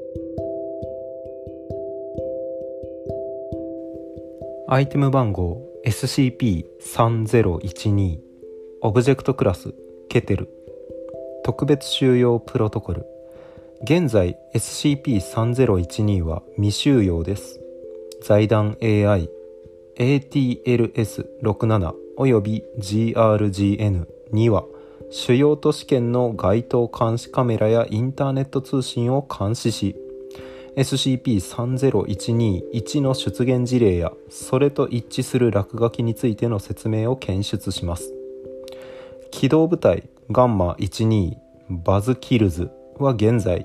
アイテム番号 SCP-3012 オブジェクトクラスケテル特別収容プロトコル。現在 SCP-3012 は未収容です。財団 AI ATLS67 および GRGN2 は主要都市圏の街頭監視カメラやインターネット通信を監視し、SCP-3012-1 の出現事例やそれと一致する落書きについての説明を検出します。機動部隊ガンマ12バズキルズは現在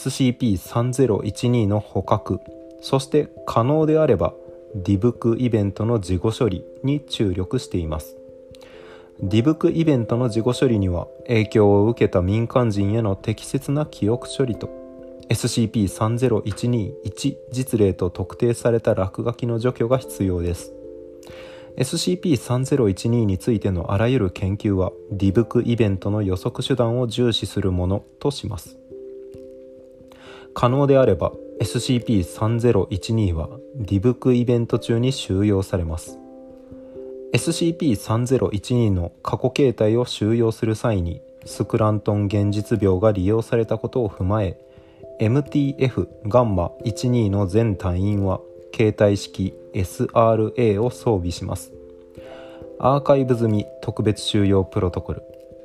SCP-3012 の捕獲、そして可能であればディブクイベントの事後処理に注力しています。ディブクイベントの事後処理には影響を受けた民間人への適切な記憶処理と SCP-3012-1 実例と特定された落書きの除去が必要です。SCP-3012 についてのあらゆる研究はディブクイベントの予測手段を重視するものとします。可能であれば SCP-3012 はディブクイベント中に収容されます。SCP-3012 の過去形態を収容する際にスクラントン現実病が利用されたことを踏まえ、MTF ガンマ12の全隊員は携帯式 SRA を装備します。アーカイブ済み特別収容プロトコル。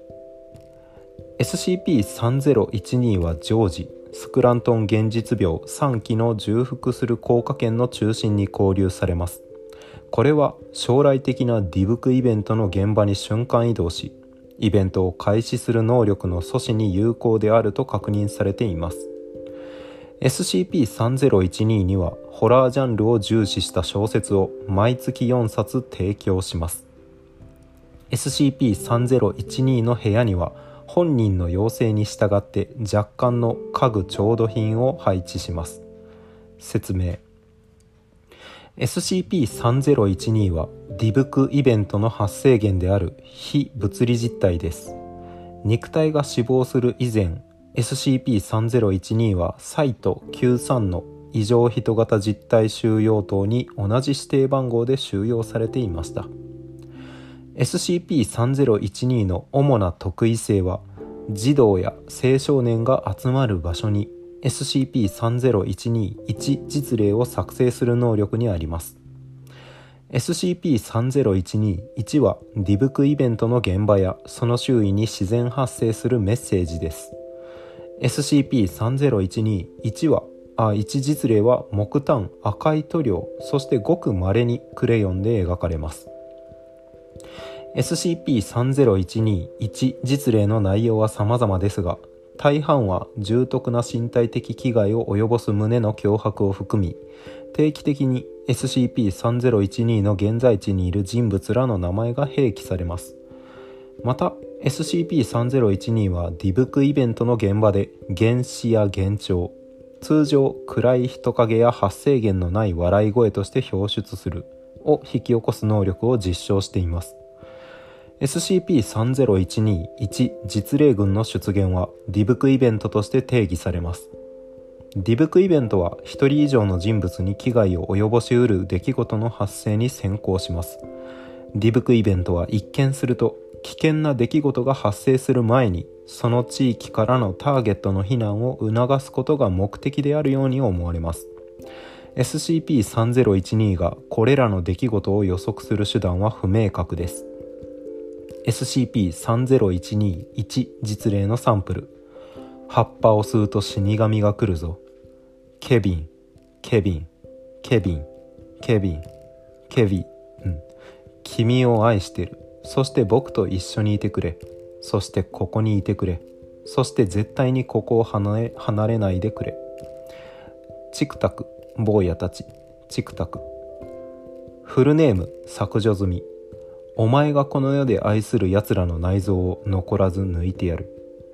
SCP-3012 は常時スクラントン現実病3期の重複する効果圏の中心に交流されます。これは将来的なディブクイベントの現場に瞬間移動し、イベントを開始する能力の阻止に有効であると確認されています。SCP-3012 にはホラージャンルを重視した小説を毎月4冊提供します。SCP-3012 の部屋には本人の要請に従って若干の家具調度品を配置します。説明。SCP-3012 はディブクイベントの発生源である非物理実体です。肉体が死亡する以前、SCP-3012 はサイト93の異常人型実体収容棟に同じ指定番号で収容されていました。SCP-3012 の主な特異性は、児童や青少年が集まる場所に SCP-3012-1 実例を作成する能力にあります。SCP-3012-1 はディブクイベントの現場やその周囲に自然発生するメッセージです。SCP-3012-1 は1実例は木炭、赤い塗料、そしてごく稀にクレヨンで描かれます。SCP-3012-1 実例の内容は様々ですが、大半は重篤な身体的危害を及ぼす旨の脅迫を含み、定期的に SCP-3012 の現在地にいる人物らの名前が併記されます。また、SCP-3012 はディブクイベントの現場で原子や幻聴、通常暗い人影や発生源のない笑い声として表出するを引き起こす能力を実証しています。SCP-3012-1 実例群の出現はディブクイベントとして定義されます。ディブクイベントは1人以上の人物に危害を及ぼしうる出来事の発生に先行します。ディブクイベントは一見すると危険な出来事が発生する前にその地域からのターゲットの避難を促すことが目的であるように思われます。SCP-3012 がこれらの出来事を予測する手段は不明確です。SCP-3012-1 実例のサンプル。葉っぱを吸うと死神が来るぞ。ケビン、ケビン、ケビン、ケビン、ケビン、君を愛してる。そして僕と一緒にいてくれ。そしてここにいてくれ。そして絶対にここを離れないでくれ。チクタク、坊やたち、チクタク。フルネーム削除済み。お前がこの世で愛する奴らの内臓を残らず抜いてやる。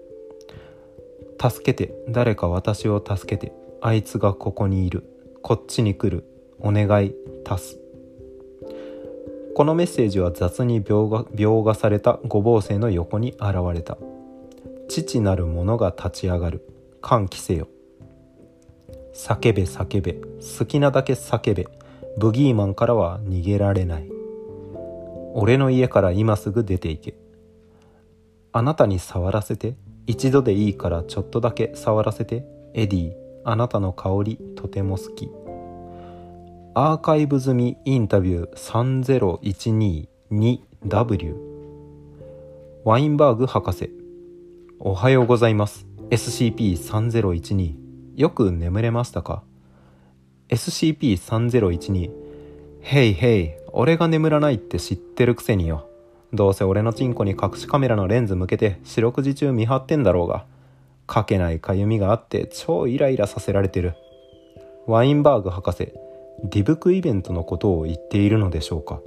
助けて、誰か私を助けて。あいつがここにいる。こっちに来る。お願い、タス。このメッセージは雑に描画された五芒星の横に現れた。父なる者が立ち上がる。歓喜せよ。 叫べ叫べ、好きなだけ叫べ、ブギーマンからは逃げられない。俺の家から今すぐ出て行け。あなたに触らせて、一度でいいからちょっとだけ触らせて。エディ、あなたの香りとても好き。アーカイブ済みインタビュー 30122W。 ワインバーグ博士、おはようございます。 SCP-3012、 よく眠れましたか？ SCP-3012、 へいへい、俺が眠らないって知ってるくせによ。どうせ俺のチンコに隠しカメラのレンズ向けて四六時中見張ってんだろうが、かけないかゆみがあって超イライラさせられてる。ワインバーグ博士、ディブクイベントのことを言っているのでしょうか？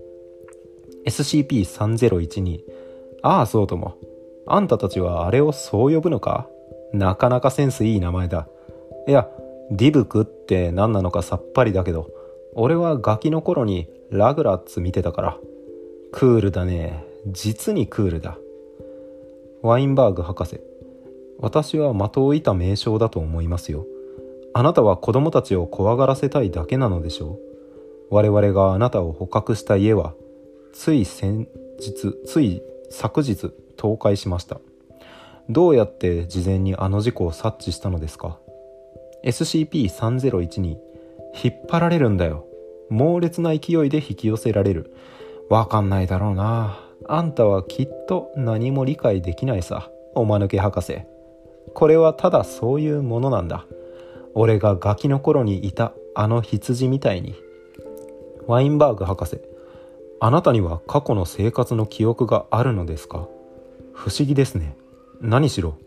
SCP-3012、 ああそうとも。あんたたちはあれをそう呼ぶのか？なかなかセンスいい名前だ。いや、ディブクって何なのかさっぱりだけど、俺はガキの頃にラグラッツ見てたから。クールだね。実にクールだ。ワインバーグ博士、私は的を射た名称だと思いますよ。あなたは子供たちを怖がらせたいだけなのでしょう。我々があなたを捕獲した家はつい昨日倒壊しました。どうやって事前にあの事故を察知したのですか？ SCP-3012、 引っ張られるんだよ。猛烈な勢いで引き寄せられる。わかんないだろうな。あんたはきっと何も理解できないさ、おまぬけ博士。これはただそういうものなんだ。俺がガキの頃にいたあの羊みたいに。ワインバーグ博士、あなたには過去の生活の記憶があるのですか？不思議ですね。何しろ。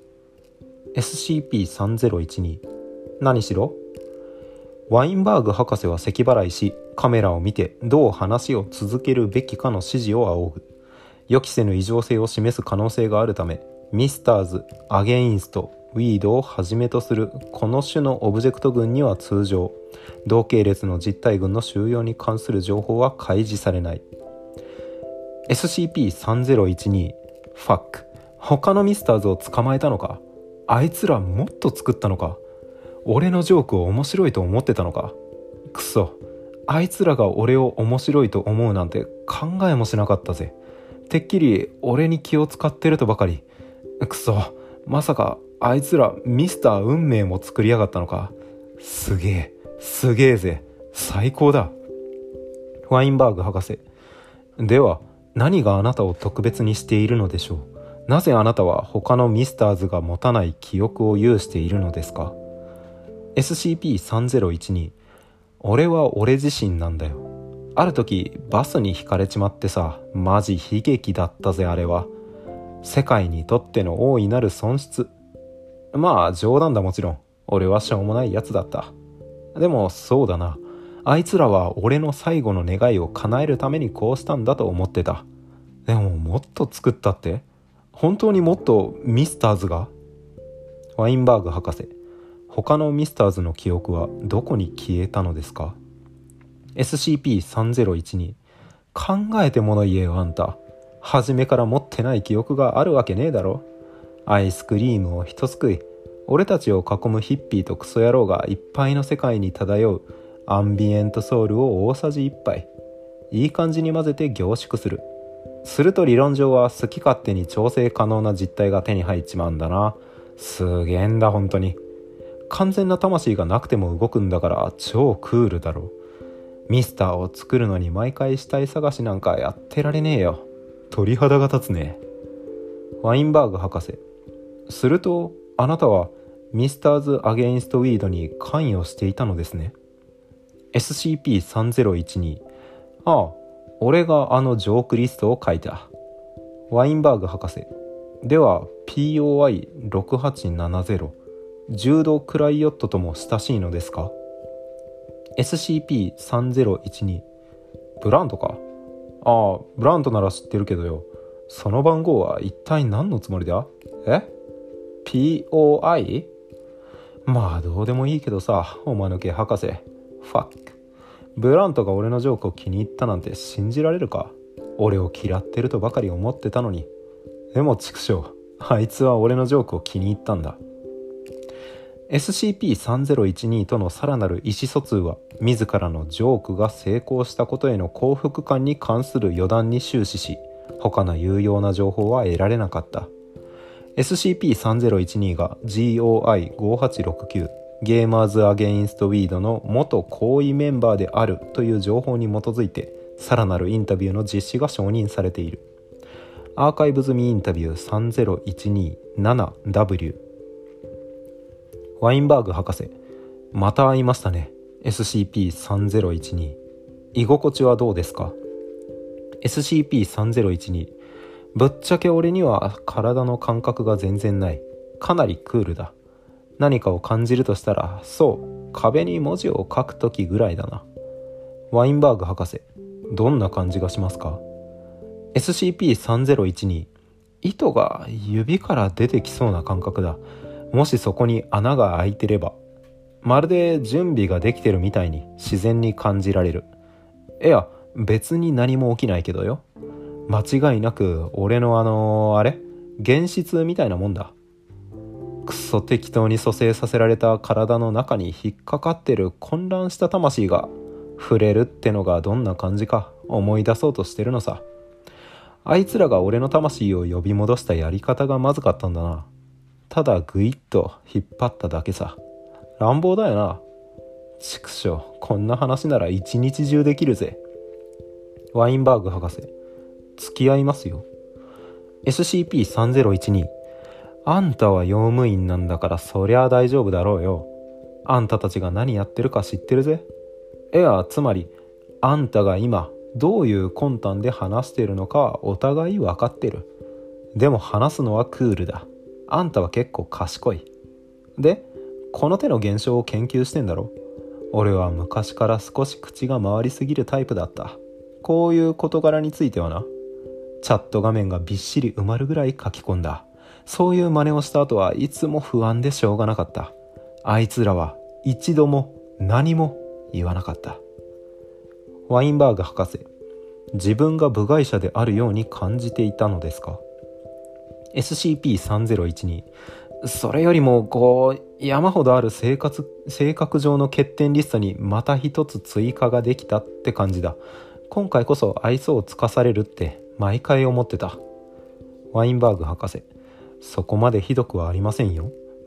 SCP-3012、 何しろ。ワインバーグ博士は咳払いし、カメラを見てどう話を続けるべきかの指示を仰ぐ。予期せぬ異常性を示す可能性があるため、ミスターズ、アゲインスト、ウィードをはじめとするこの種のオブジェクト群には通常、同系列の実体群の収容に関する情報は開示されない。 SCP-3012、 ファック、他のミスターズを捕まえたのか？あいつらもっと作ったのか？俺のジョークを面白いと思ってたのか？くそ、あいつらが俺を面白いと思うなんて考えもしなかったぜ。てっきり俺に気を使ってるとばかり。くそ、まさかあいつらミスター運命も作りやがったのか？すげえぜ、最高だ。ワインバーグ博士、では何があなたを特別にしているのでしょう？なぜあなたは他のミスターズが持たない記憶を有しているのですか？ SCP-3012、 俺は俺自身なんだよ。ある時バスにひかれちまってさ、マジ悲劇だったぜあれは。世界にとっての大いなる損失。まあ冗談だ、もちろん。俺はしょうもないやつだった。でもそうだな、あいつらは俺の最後の願いを叶えるためにこうしたんだと思ってた。でももっと作ったって？本当にもっとミスターズが？ワインバーグ博士、他のミスターズの記憶はどこに消えたのですか？ SCP-3012、 考えてもの言えよあんた。初めから持ってない記憶があるわけねえだろ。アイスクリームを一すくい、俺たちを囲むヒッピーとクソ野郎がいっぱいの世界に漂うアンビエントソウルを大さじ1杯いい感じに混ぜて凝縮する。すると理論上は好き勝手に調整可能な実体が手に入っちまうんだな。すげえんだ本当に。完全な魂がなくても動くんだから超クールだろ。ミスターを作るのに毎回死体探しなんかやってられねえよ。鳥肌が立つね。ワインバーグ博士、するとあなたはミスターズ・アゲインスト・ウィードに関与していたのですね。 SCP-3012、 ああ、俺があのジョークリストを書いた。ワインバーグ博士、では POI6870 柔道クライヨットとも親しいのですか？ SCP-3012、 ブラントか？ああ、ブラントなら知ってるけどよ。その番号は一体何のつもりだ？POI？ まあどうでもいいけどさ、おまぬけ博士。ファック。ブラントが俺のジョークを気に入ったなんて信じられるか？俺を嫌ってるとばかり思ってたのに。でも畜生、あいつは俺のジョークを気に入ったんだ。 SCP-3012 とのさらなる意思疎通は自らのジョークが成功したことへの幸福感に関する予断に終始し、他の有用な情報は得られなかった。 SCP-3012 が GOI5869 ゲーマーズ・アゲインスト・ウィードの元高位メンバーであるという情報に基づいて、さらなるインタビューの実施が承認されている。アーカイブ済みインタビュー 30127W。 ワインバーグ博士、また会いましたね。 SCP-3012 居心地はどうですか？ SCP-3012 ぶっちゃけ俺には体の感覚が全然ない。かなりクールだ。何かを感じるとしたら、そう壁に文字を書くときぐらいだな。ワインバーグ博士、どんな感じがしますか？ SCP-3012 糸が指から出てきそうな感覚だ。もしそこに穴が開いてれば、まるで準備ができてるみたいに自然に感じられる。いや、別に何も起きないけどよ。間違いなく俺の現実みたいなもんだ。くそ適当に蘇生させられた体の中に引っかかってる混乱した魂が触れるってのがどんな感じか思い出そうとしてるのさ。あいつらが俺の魂を呼び戻したやり方がまずかったんだな。ただグイッと引っ張っただけさ。乱暴だよな。畜生、こんな話なら一日中できるぜ。ワインバーグ博士、付き合いますよ。 SCP-3012 あんたは用務員なんだからそりゃ大丈夫だろうよ。あんたたちが何やってるか知ってるぜ。いや、つまりあんたが今どういう魂胆で話してるのかはお互い分かってる。でも話すのはクールだ。あんたは結構賢い。で、この手の現象を研究してんだろ。俺は昔から少し口が回りすぎるタイプだった。こういう事柄についてはな、チャット画面がびっしり埋まるぐらい書き込んだ。そういう真似をした後はいつも不安でしょうがなかった。あいつらは一度も何も言わなかった。ワインバーグ博士、自分が部外者であるように感じていたのですか？ SCP-3012 それよりも山ほどある性格上の欠点リストにまた一つ追加ができたって感じだ。今回こそ愛想をつかされるって毎回思ってた。ワインバーグ博士、そこまでひどくはありませんよ。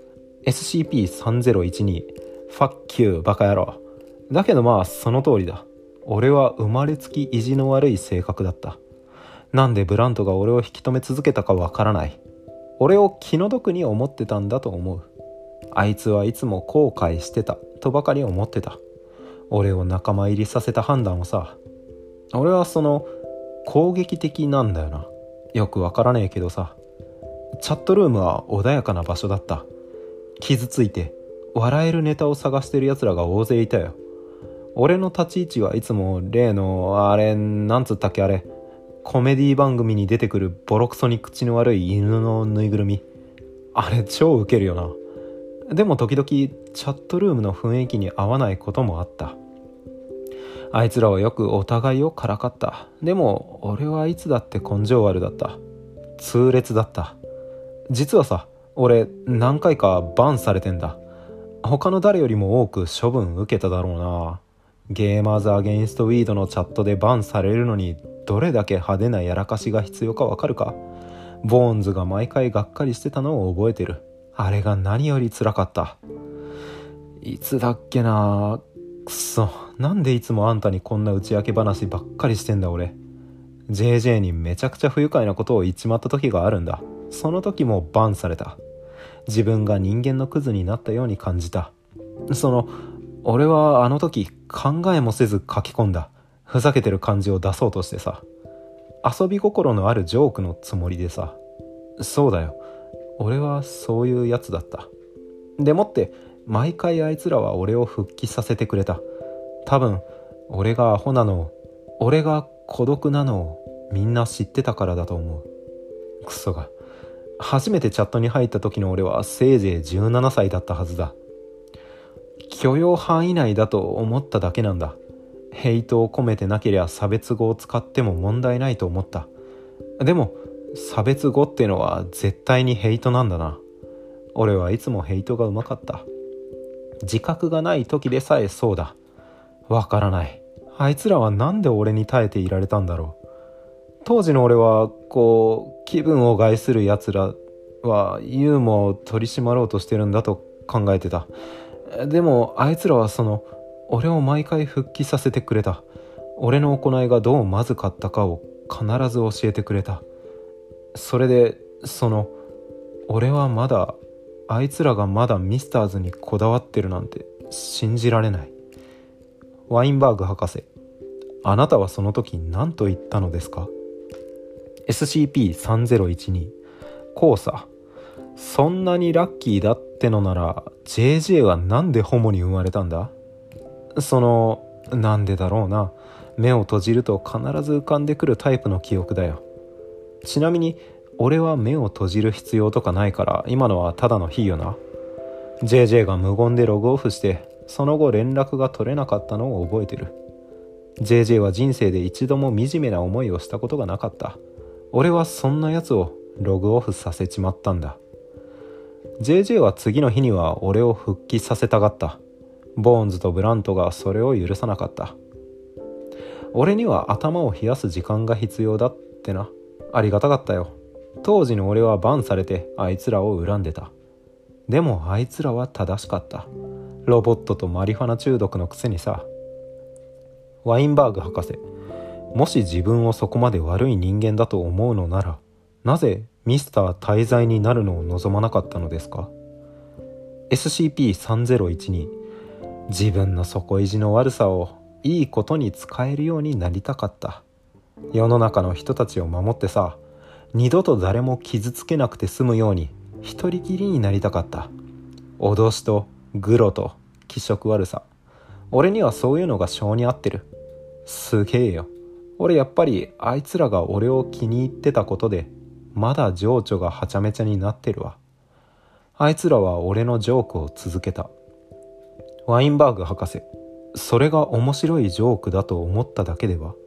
SCP-3012 ファッキューバカ野郎。だけどまあその通りだ。俺は生まれつき意地の悪い性格だった。なんでブラントが俺を引き止め続けたかわからない。俺を気の毒に思ってたんだと思う。あいつはいつも後悔してたとばかり思ってた。俺を仲間入りさせた判断をさ。俺は攻撃的なんだよな。よくわからねえけどさ。チャットルームは穏やかな場所だった。傷ついて笑えるネタを探してる奴らが大勢いたよ。俺の立ち位置はいつも例のなんつったっけ、コメディ番組に出てくるボロクソに口の悪い犬のぬいぐるみ。あれ超ウケるよな。でも時々チャットルームの雰囲気に合わないこともあった。あいつらはよくお互いをからかった。でも俺はいつだって根性悪だった。痛烈だった。実はさ、俺何回かバンされてんだ。他の誰よりも多く処分受けただろうな。ゲーマーズ・アゲインスト・ウィードのチャットでバンされるのにどれだけ派手なやらかしが必要かわかるか。ボーンズが毎回がっかりしてたのを覚えてる。あれが何より辛かった。いつだっけな。くそ、なんでいつもあんたにこんな打ち明け話ばっかりしてんだ俺。JJ にめちゃくちゃ不愉快なことを言っちまった時があるんだ。その時もバンされた。自分が人間のクズになったように感じた。俺はあの時考えもせず書き込んだ。ふざけてる感じを出そうとしてさ。遊び心のあるジョークのつもりでさ。そうだよ。俺はそういうやつだった。でもって毎回あいつらは俺を復帰させてくれた。多分俺がアホなのを、俺が孤独なのをみんな知ってたからだと思う。クソが。初めてチャットに入った時の俺はせいぜい17歳だったはずだ。許容範囲内だと思っただけなんだ。ヘイトを込めてなけりゃ差別語を使っても問題ないと思った。でも差別語ってのは絶対にヘイトなんだな。俺はいつもヘイトがうまかった。 自覚がない時でさえそうだ。わからない。あいつらはなんで俺に耐えていられたんだろう。当時の俺は気分を害する奴らはユーモアを取り締まろうとしてるんだと考えてた。でもあいつらは俺を毎回復帰させてくれた。俺の行いがどうまずかったかを必ず教えてくれた。それで俺はあいつらがまだミスターズにこだわってるなんて信じられない。ワインバーグ博士、あなたはその時何と言ったのですか？ SCP-3012 こうさ、そんなにラッキーだってのなら JJ はなんでホモに生まれたんだ？なんでだろうな。目を閉じると必ず浮かんでくるタイプの記憶だよ。ちなみに俺は目を閉じる必要とかないから、今のはただの比喩な。 JJ が無言でログオフしてその後連絡が取れなかったのを覚えてる。 JJ は人生で一度も惨めな思いをしたことがなかった。俺はそんなやつをログオフさせちまったんだ。 JJ は次の日には俺を復帰させたがった。ボーンズとブラントがそれを許さなかった。俺には頭を冷やす時間が必要だってな。ありがたかったよ。当時の俺はバンされてあいつらを恨んでた。でもあいつらは正しかった。ロボットとマリファナ中毒のくせにさ。ワインバーグ博士、もし自分をそこまで悪い人間だと思うのなら、なぜミスター大罪になるのを望まなかったのですか？ SCP-3012 自分の底意地の悪さをいいことに使えるようになりたかった。世の中の人たちを守ってさ、二度と誰も傷つけなくて済むように一人きりになりたかった。脅しとグロと気色悪さ、俺にはそういうのが性に合ってる。すげえよ。俺やっぱりあいつらが俺を気に入ってたことでまだ情緒がはちゃめちゃになってるわ。あいつらは俺のジョークを続けた。ワインバーグ博士、それが面白いジョークだと思っただけでは？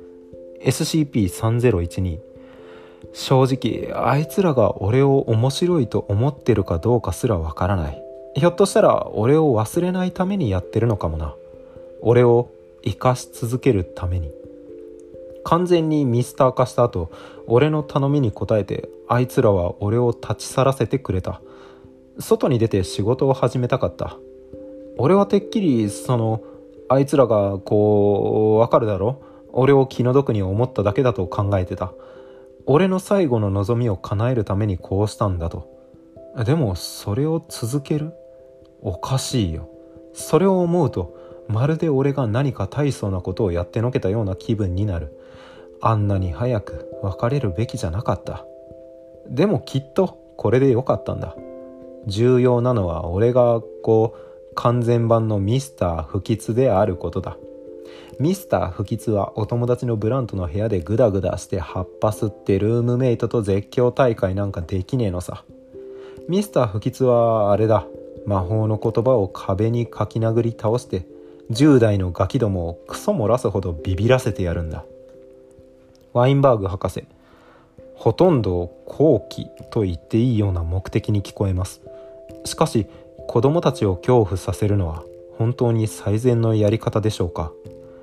SCP-3012 正直あいつらが俺を面白いと思ってるかどうかすらわからない。ひょっとしたら俺を忘れないためにやってるのかもな。俺を生かし続けるために。完全にミスター化した後、俺の頼みに応えてあいつらは俺を立ち去らせてくれた。外に出て仕事を始めたかった。俺はてっきりあいつらがわかるだろ、俺を気の毒に思っただけだと考えてた。俺の最後の望みを叶えるためにこうしたんだと。でもそれを続ける？おかしいよ。それを思うとまるで俺が何か大層なことをやってのけたような気分になる。あんなに早く別れるべきじゃなかった。でもきっとこれでよかったんだ。重要なのは俺が完全版のミスター不吉であることだ。ミスター不吉はお友達のブラントの部屋でグダグダして葉っぱ吸ってルームメイトと絶叫大会なんかできねえのさ。ミスター不吉はあれだ、魔法の言葉を壁に書き殴り倒して10代のガキどもをクソ漏らすほどビビらせてやるんだ。ワインバーグ博士、ほとんど好奇と言っていいような目的に聞こえます。しかし子供たちを恐怖させるのは本当に最善のやり方でしょうか？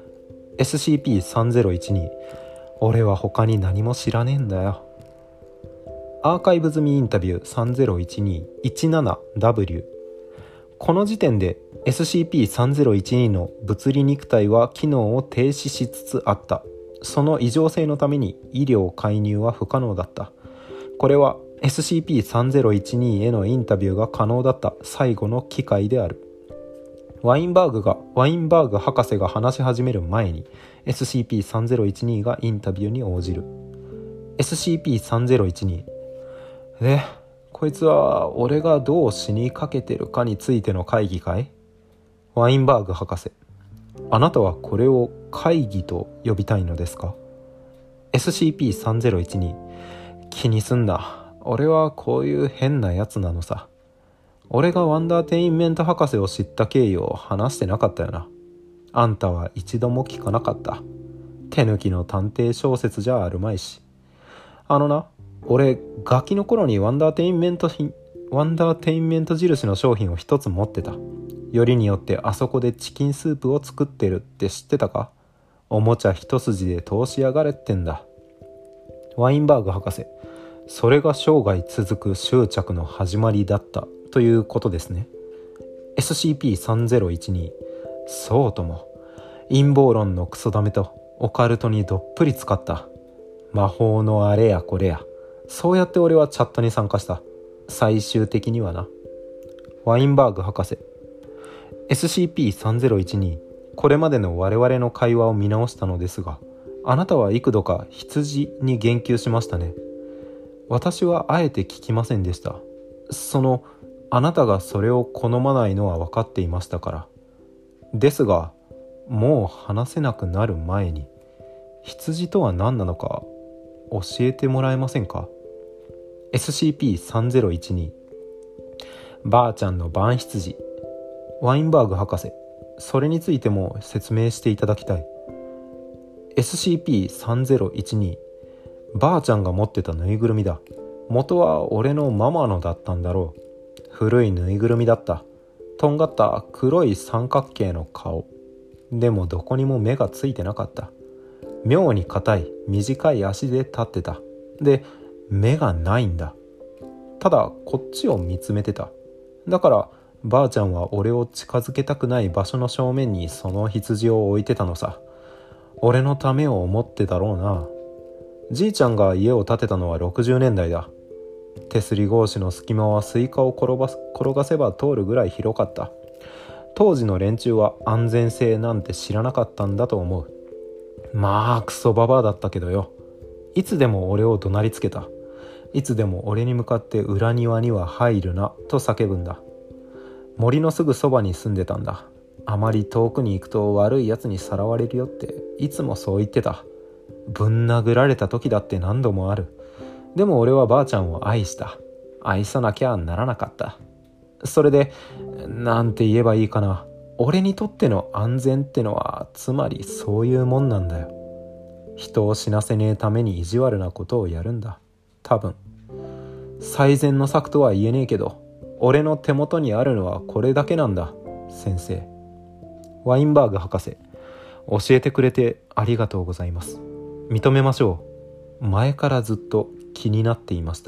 SCP-3012 俺は他に何も知らねえんだよ。アーカイブ済みインタビュー 3012-17W。 この時点で SCP-3012 の物理肉体は機能を停止しつつあった。その異常性のために医療介入は不可能だった。これは SCP-3012 へのインタビューが可能だった最後の機会である。ワインバーグ博士が話し始める前に SCP-3012 がインタビューに応じる。 SCP-3012 で、こいつは俺がどう死にかけてるかについての会議かい？ワインバーグ博士、あなたはこれを会議と呼びたいのですか？ SCP-3012 気にすんな。俺はこういう変なやつなのさ。俺がワンダーテインメント博士を知った経緯を話してなかったよな。あんたは一度も聞かなかった。手抜きの探偵小説じゃあるまいし。俺ガキの頃にワンダーテインメント印の商品を一つ持ってた。 よりによってあそこでチキンスープを作ってるって知ってたか？おもちゃ一筋で通しやがれってんだ。ワインバーグ博士、それが生涯続く執着の始まりだったということですね。 SCP-3012、 そうとも。陰謀論のクソダメとオカルトにどっぷり使った魔法のあれやこれや、そうやって俺はチャットに参加した。最終的にはな。ワインバーグ博士、 SCP-3012、 これまでの我々の会話を見直したのですが、あなたは幾度か羊に言及しましたね。私はあえて聞きませんでした。あなたがそれを好まないのは分かっていましたから。ですが、もう話せなくなる前に、羊とは何なのか教えてもらえませんか？ SCP-3012、 ばあちゃんの番羊。ワインバーグ博士、それについても説明していただきたい。 SCP-3012、 ばあちゃんが持ってたぬいぐるみだ。元は俺のママのだったんだろう。古いぬいぐるみだった。とんがった黒い三角形の顔。でもどこにも目がついてなかった。妙に硬い短い足で立ってた。で、目がないんだ。ただこっちを見つめてた。だからばあちゃんは俺を近づけたくない場所の正面にその羊を置いてたのさ。俺のためを思ってだろうな。じいちゃんが家を建てたのは60年代だ。手すり格子の隙間はスイカを転がせば通るぐらい広かった。当時の連中は安全性なんて知らなかったんだと思う。まあクソババアだったけどよ。いつでも俺を怒鳴りつけた。いつでも俺に向かって裏庭には入るなと叫ぶんだ。森のすぐそばに住んでたんだ。あまり遠くに行くと悪いやつにさらわれるよっていつもそう言ってた。ぶん殴られた時だって何度もある。でも俺はばあちゃんを愛した。愛さなきゃならなかった。それで、なんて言えばいいかな。俺にとっての安全ってのはつまりそういうもんなんだよ。人を死なせねえために意地悪なことをやるんだ。多分最善の策とは言えねえけど、俺の手元にあるのはこれだけなんだ、先生。ワインバーグ博士、教えてくれてありがとうございます。認めましょう。前からずっと気になっていました。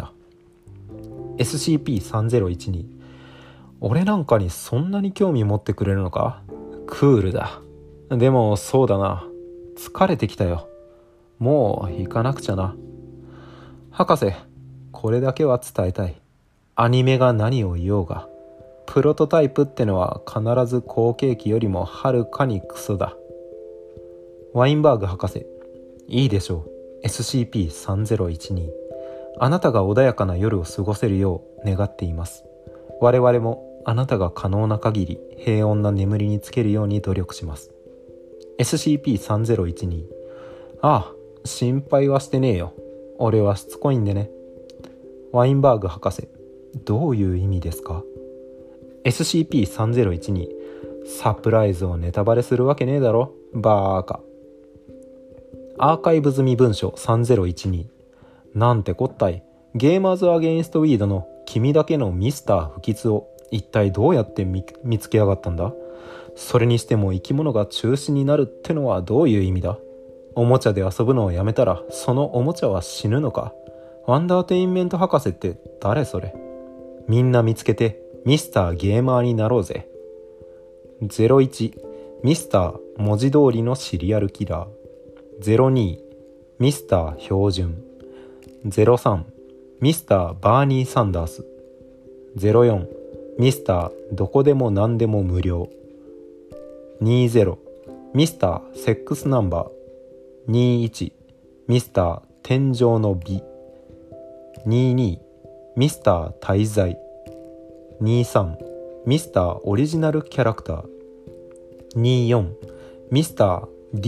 SCP-3012、 俺なんかにそんなに興味持ってくれるのか？クールだ。でもそうだな、疲れてきたよ。もう行かなくちゃな。博士、これだけは伝えたい。アニメが何を言おうが、プロトタイプってのは必ず後継機よりもはるかにクソだ。ワインバーグ博士、いいでしょう。 SCP-3012、 あなたが穏やかな夜を過ごせるよう願っています。我々もあなたが可能な限り平穏な眠りにつけるように努力します。 SCP-3012、 ああ、心配はしてねえよ。俺はしつこいんでね。ワインバーグ博士、どういう意味ですか？ SCP-3012、 サプライズをネタバレするわけねえだろ、バーカ。アーカイブ済み文書3012、なんてこったい。ゲーマーズアゲインストウィードの君だけのミスター不吉を一体どうやって見つけやがったんだ？それにしても生き物が中止になるってのはどういう意味だ？おもちゃで遊ぶのをやめたらそのおもちゃは死ぬのか？ワンダーテインメント博士って誰それ？みんな見つけてミスターゲーマーになろうぜ。01、ミスター文字通りのシリアルキラー。02、ミスター標準。03、ミスターバーニー・サンダース。04、ミスターどこでも何でも無料。20、ミスターセックスナンバー。21、ミスター天井の美。22、ミスター滞在。23、ミスターオリジナルキャラクター。24、ミスター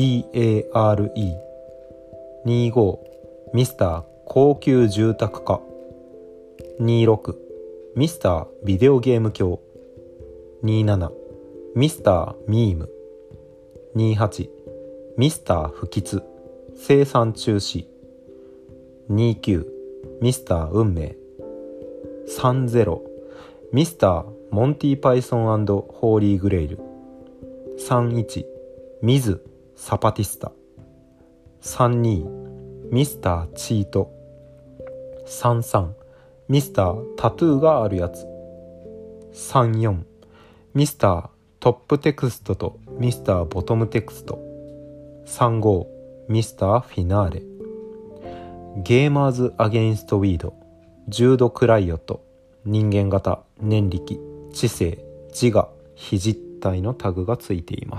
DARE。25、ミスター高級住宅家。26、ミスタービデオゲーム教。27、ミスターミーム。28、ミスター不吉生産中止。29、ミスター運命。30、ミスターモンティパイソン&ホーリーグレイル。31ミズ・サパティスタ。32ミスター・チート。33ミスター・タトゥーがあるやつ。34ミスター・トップテクストとミスター・ボトムテクスト。35ミスター・フィナーレ。ゲーマーズ・アゲインスト・ウィード。ジュード・クライオット。人間型、念力、知性、自我、非実体のタグがついています。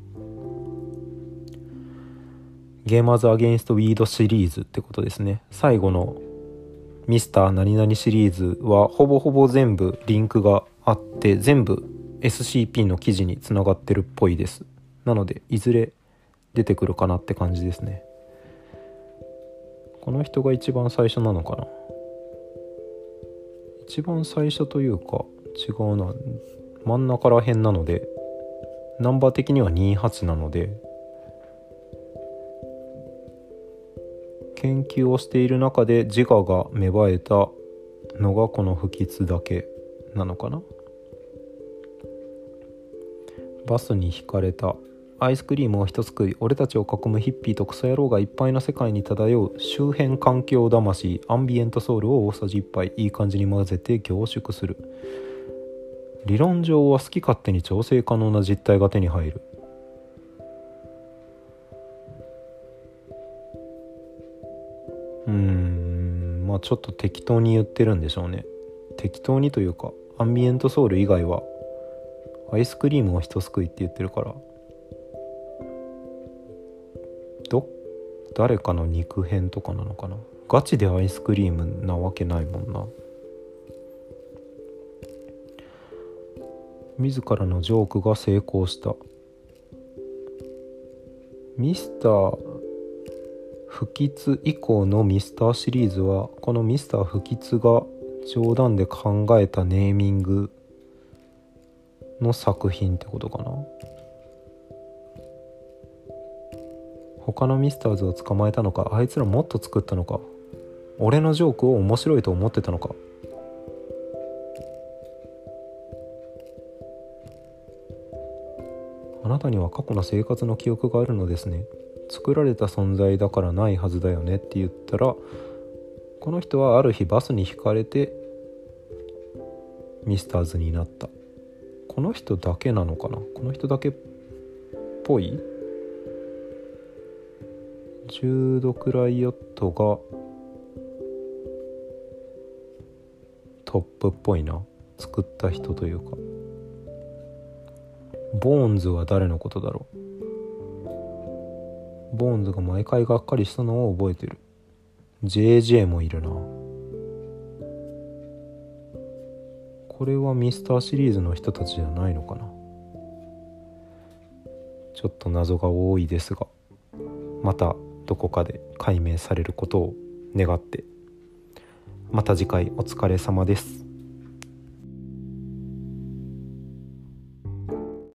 ゲーマーズ・アゲインスト・ウィードシリーズってことですね。最後のミスター何々シリーズはほぼほぼ全部リンクがあって全部 SCP の記事につながってるっぽいです。なのでいずれ出てくるかなって感じですね。この人が一番最初なのかな。一番最初というか違うな、真ん中ら辺なのでナンバー的には28なので、研究をしている中で自我が芽生えたのがこの不吉だけなのかな。バスにひかれた。アイスクリームを一つ食い、俺たちを囲むヒッピーとクソ野郎がいっぱいの世界に漂う周辺環境魂アンビエントソウルを大さじ1杯いい感じに混ぜて凝縮する。理論上は好き勝手に調整可能な実体が手に入る。まあちょっと適当に言ってるんでしょうね。適当にというかアンビエントソウル以外はアイスクリームを一つ食いって言ってるから、誰かの肉片とかなのかな。ガチでアイスクリームなわけないもんな。自らのジョークが成功した。ミスター不吉以降のミスターシリーズはこのミスター不吉が冗談で考えたネーミングの作品ってことかな。他のミスターズを捕まえたのか、あいつらもっと作ったのか、俺のジョークを面白いと思ってたのか。あなたには過去の生活の記憶があるのですね。作られた存在だからないはずだよねって言ったら、この人はある日バスにひかれてミスターズになった。この人だけなのかな。この人だけっぽい。ジュード・クライオットがトップっぽいな。作った人というか。ボーンズは誰のことだろう。ボーンズが毎回がっかりしたのを覚えてる。 JJ もいるな。これはミスターシリーズの人たちじゃないのかな。ちょっと謎が多いですが、またどこかで解明されることを願って、また次回お疲れ様です。